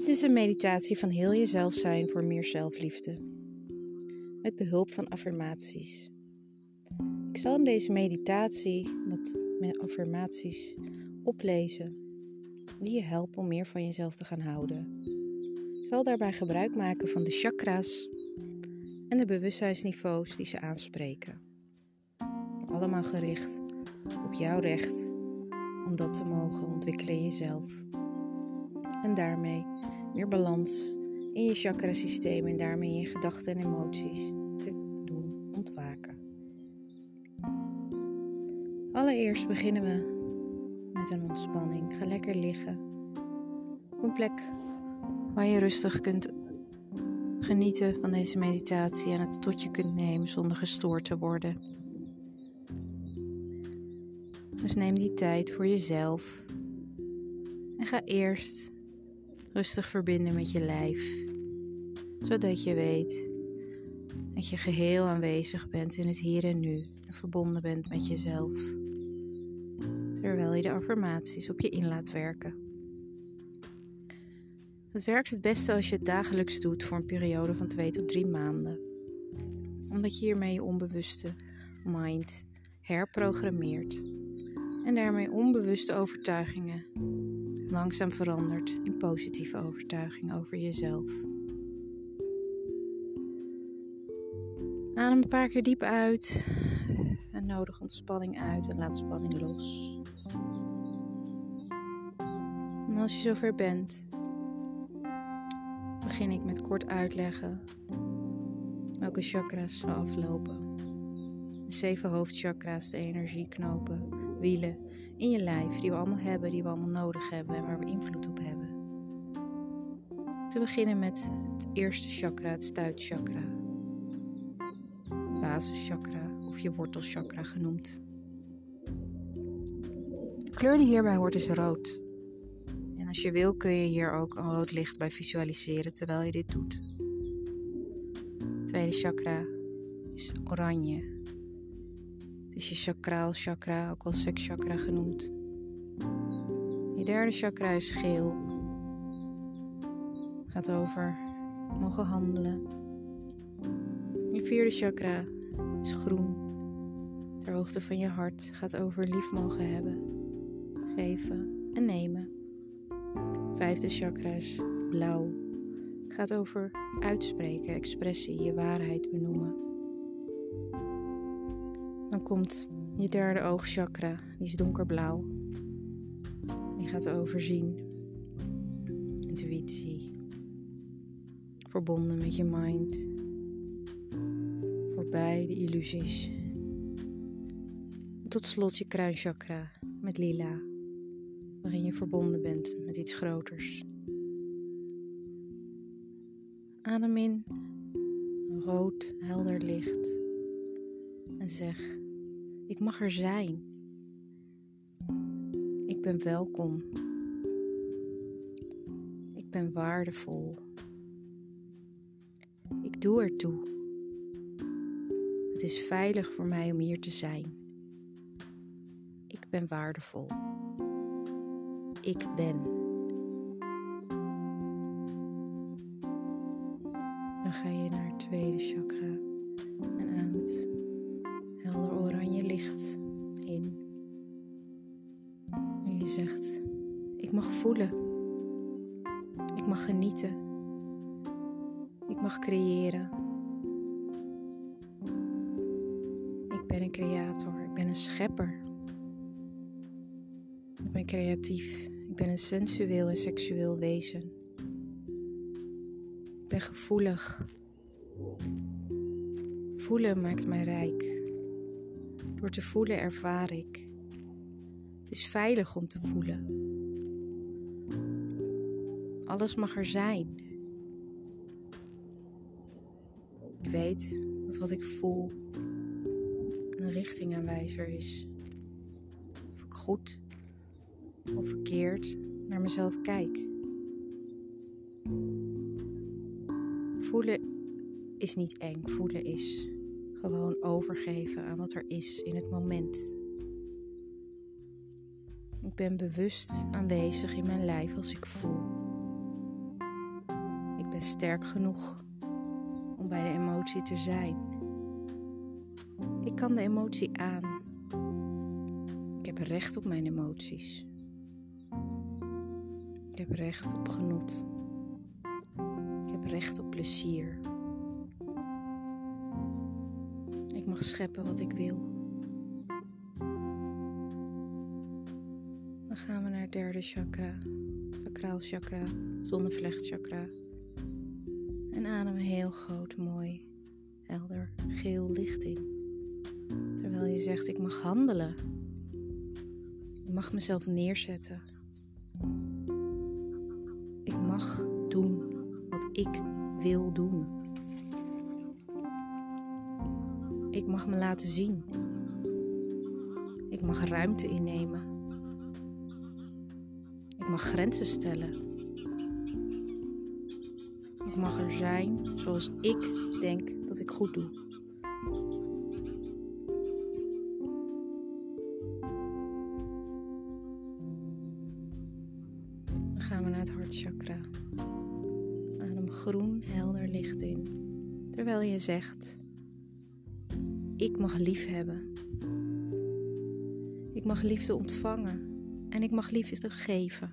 is een meditatie van heel jezelf zijn voor meer zelfliefde. Met behulp van affirmaties. Ik zal in deze meditatie wat affirmaties oplezen die je helpen om meer van jezelf te gaan houden. Ik zal daarbij gebruik maken van de chakra's en de bewustzijnsniveaus die ze aanspreken. Allemaal gericht op jouw recht om dat te mogen ontwikkelen in jezelf. En daarmee meer balans in je chakrasysteem en daarmee in je gedachten en emoties te doen ontwaken. Allereerst beginnen we met een ontspanning. Ga lekker liggen op een plek waar je rustig kunt genieten van deze meditatie en het tot je kunt nemen zonder gestoord te worden. Dus neem die tijd voor jezelf en ga eerst rustig verbinden met je lijf, zodat je weet dat je geheel aanwezig bent in het hier en nu en verbonden bent met jezelf, terwijl je de affirmaties op je in laat werken. Het werkt het beste als je het dagelijks doet voor een periode van 2 tot 3 maanden, omdat je hiermee je onbewuste mind herprogrammeert en daarmee onbewuste overtuigingen langzaam verandert in positieve overtuigingen over jezelf. Adem een paar keer diep uit en nodig ontspanning uit en laat spanning los. En als je zover bent, begin ik met kort uitleggen welke chakra's zal aflopen. De 7 hoofdchakra's, de energieknopen, wielen in je lijf die we allemaal hebben, die we allemaal nodig hebben en waar we invloed op hebben. Te beginnen met het eerste chakra, het stuitchakra. Het basischakra of je wortelchakra genoemd. De kleur die hierbij hoort is rood. En als je wil kun je hier ook een rood licht bij visualiseren terwijl je dit doet. Het tweede chakra is oranje. Het is je sakraal chakra, ook wel sekschakra genoemd. Je derde chakra is geel. Het gaat over mogen handelen. Je vierde chakra is groen. Ter hoogte van je hart. Het gaat over lief mogen hebben, geven en nemen. Vijfde chakra is blauw. Het gaat over uitspreken, expressie, je waarheid benoemen. Dan komt je derde oogchakra, die is donkerblauw. Die gaat over zien, intuïtie, verbonden met je mind, voorbij de illusies. Tot slot je kruinchakra met lila, waarin je verbonden bent met iets groters. Adem in, een rood, helder licht en zeg: ik mag er zijn. Ik ben welkom. Ik ben waardevol. Ik doe ertoe. Het is veilig voor mij om hier te zijn. Ik ben waardevol. Ik ben. Dan ga je naar het tweede chakra en aan het helder oranje licht in. En je zegt: ik mag voelen. Ik mag genieten. Ik mag creëren. Ik ben een creator. Ik ben een schepper. Ik ben creatief. Ik ben een sensueel en seksueel wezen. Ik ben gevoelig. Voelen maakt mij rijk. Door te voelen ervaar ik. Het is veilig om te voelen. Alles mag er zijn. Ik weet dat wat ik voel een richtingaanwijzer is. Of ik goed of verkeerd naar mezelf kijk. Voelen is niet eng. Voelen is gewoon overgeven aan wat er is in het moment. Ik ben bewust aanwezig in mijn lijf als ik voel. Ik ben sterk genoeg om bij de emotie te zijn. Ik kan de emotie aan. Ik heb recht op mijn emoties. Ik heb recht op genot. Ik heb recht op plezier. Ik mag scheppen wat ik wil. Dan gaan we naar het derde chakra, sacraal chakra, zonnevlechtchakra. En ademen heel groot, mooi, helder, geel licht in. Terwijl je zegt, ik mag handelen. Ik mag mezelf neerzetten. Ik mag doen wat ik wil doen. Ik mag me laten zien. Ik mag ruimte innemen. Ik mag grenzen stellen. Ik mag er zijn zoals ik denk dat ik goed doe. Dan gaan we naar het hartchakra. Adem groen, helder licht in. Terwijl je zegt, ik mag lief hebben. Ik mag liefde ontvangen. En ik mag liefde geven.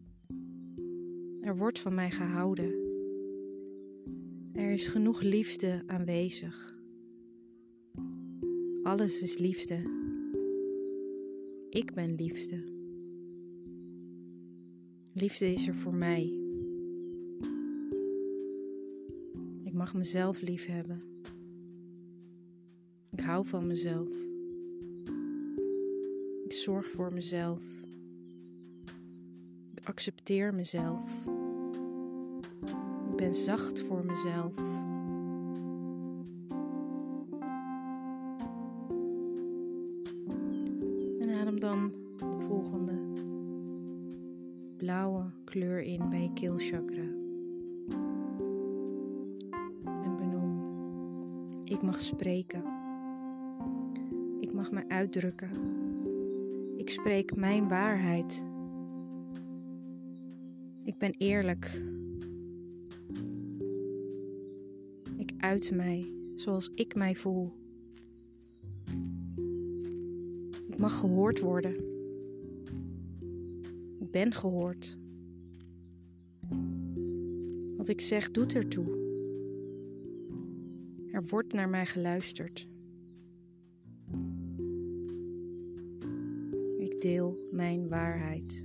Er wordt van mij gehouden. Er is genoeg liefde aanwezig. Alles is liefde. Ik ben liefde. Liefde is er voor mij. Ik mag mezelf lief hebben. Ik hou van mezelf. Ik zorg voor mezelf. Ik accepteer mezelf. Ik ben zacht voor mezelf. En adem dan de volgende blauwe kleur in bij je keelchakra. En benoem, ik mag spreken. Ik mag me uitdrukken. Ik spreek mijn waarheid. Ik ben eerlijk. Ik uit mij zoals ik mij voel. Ik mag gehoord worden. Ik ben gehoord. Wat ik zeg doet ertoe. Er wordt naar mij geluisterd. Ik deel mijn waarheid.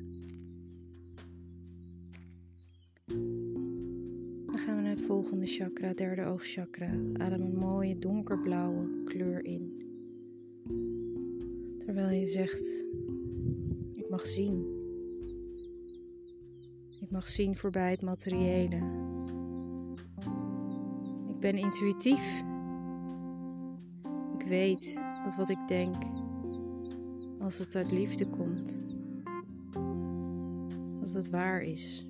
Dan gaan we naar het volgende chakra, derde oogchakra. Adem een mooie donkerblauwe kleur in. Terwijl je zegt, ik mag zien. Ik mag zien voorbij het materiële. Ik ben intuïtief. Ik weet dat wat ik denk, als het uit liefde komt, dat het waar is.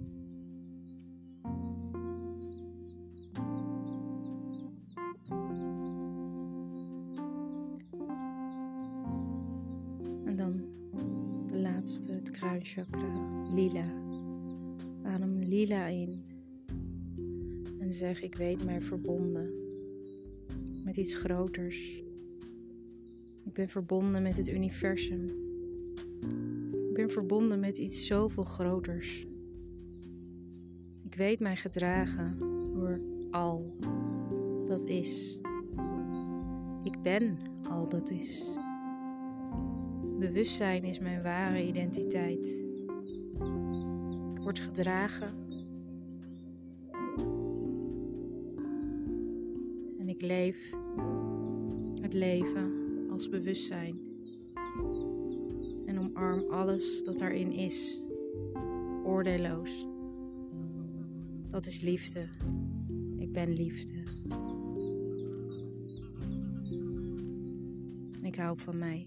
En dan de laatste, het kruinchakra, lila. Adem lila in en zeg, ik weet mij verbonden met iets groters. Ik ben verbonden met het universum. Ik ben verbonden met iets zoveel groters. Ik weet mij gedragen door al dat is. Ik ben al dat is. Bewustzijn is mijn ware identiteit. Ik word gedragen. En ik leef het leven als bewustzijn. En omarm alles dat daarin is. Oordeelloos. Dat is liefde. Ik ben liefde. Ik hou van mij.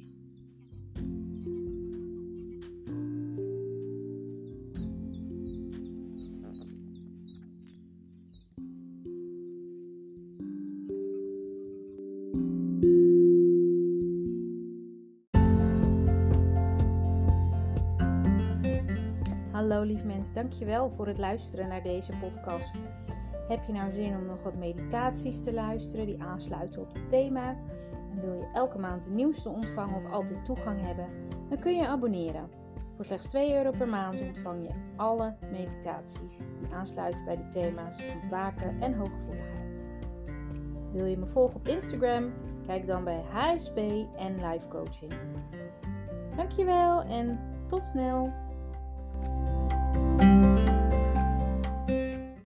Hallo lief mens, dankjewel voor het luisteren naar deze podcast. Heb je nou zin om nog wat meditaties te luisteren die aansluiten op het thema? En wil je elke maand de nieuwste ontvangen of altijd toegang hebben? Dan kun je abonneren. Voor slechts €2 per maand ontvang je alle meditaties die aansluiten bij de thema's ontwaken en hooggevoeligheid. Wil je me volgen op Instagram? Kijk dan bij HSP en Life Coaching. Dankjewel en tot snel!